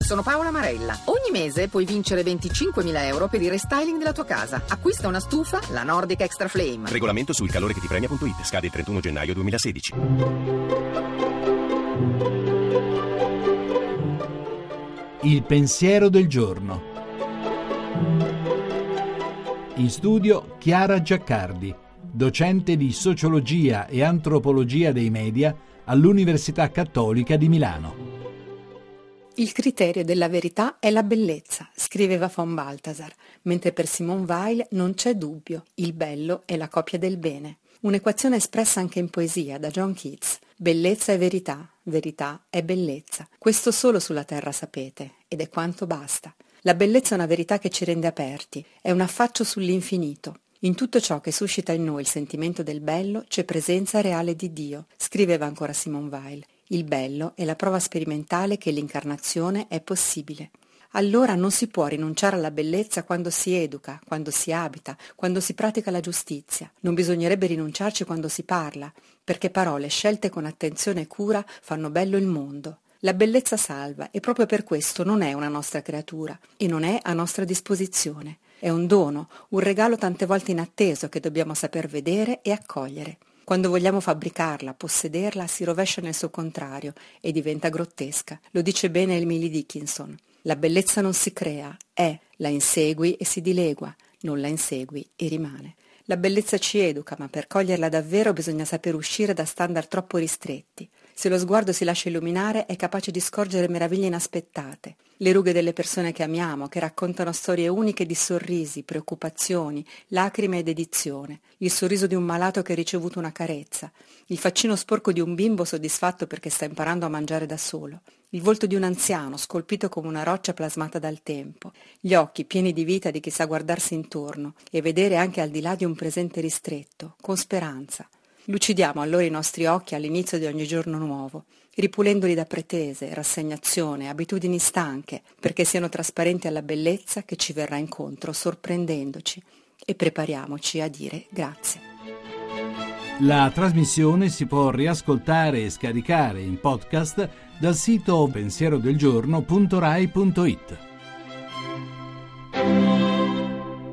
sono Paola Marella. Ogni mese puoi vincere 25.000 euro per il restyling della tua casa. Acquista una stufa, la Nordic Extra Flame. Regolamento sul calore che ti premia.it. Scade il 31 gennaio 2016. Il pensiero del giorno. In studio Chiara Giaccardi, docente di sociologia e antropologia dei media all'Università Cattolica di Milano. Il criterio della verità è la bellezza, scriveva von Balthasar, mentre per Simone Weil non c'è dubbio, il bello è la copia del bene. Un'equazione espressa anche in poesia da John Keats. Bellezza è verità, verità è bellezza. Questo solo sulla terra sapete, ed è quanto basta. La bellezza è una verità che ci rende aperti, è un affaccio sull'infinito. In tutto ciò che suscita in noi il sentimento del bello c'è presenza reale di Dio, scriveva ancora Simone Weil. Il bello è la prova sperimentale che l'incarnazione è possibile. Allora non si può rinunciare alla bellezza quando si educa, quando si abita, quando si pratica la giustizia. Non bisognerebbe rinunciarci quando si parla, perché parole scelte con attenzione e cura fanno bello il mondo. La bellezza salva e proprio per questo non è una nostra creatura e non è a nostra disposizione. È un dono, un regalo tante volte inatteso che dobbiamo saper vedere e accogliere. Quando vogliamo fabbricarla, possederla, si rovescia nel suo contrario e diventa grottesca. Lo dice bene Emily Dickinson. La bellezza non si crea, è, la insegui e si dilegua, non la insegui e rimane. La bellezza ci educa, ma per coglierla davvero bisogna saper uscire da standard troppo ristretti. Se lo sguardo si lascia illuminare è capace di scorgere meraviglie inaspettate. Le rughe delle persone che amiamo, che raccontano storie uniche di sorrisi, preoccupazioni, lacrime e dedizione. Il sorriso di un malato che ha ricevuto una carezza. Il faccino sporco di un bimbo soddisfatto perché sta imparando a mangiare da solo. Il volto di un anziano scolpito come una roccia plasmata dal tempo. Gli occhi pieni di vita di chi sa guardarsi intorno e vedere anche al di là di un presente ristretto, con speranza. Lucidiamo allora i nostri occhi all'inizio di ogni giorno nuovo, ripulendoli da pretese, rassegnazione, abitudini stanche, perché siano trasparenti alla bellezza che ci verrà incontro sorprendendoci, e prepariamoci a dire grazie. La trasmissione si può riascoltare e scaricare in podcast dal sito pensierodelgiorno.rai.it.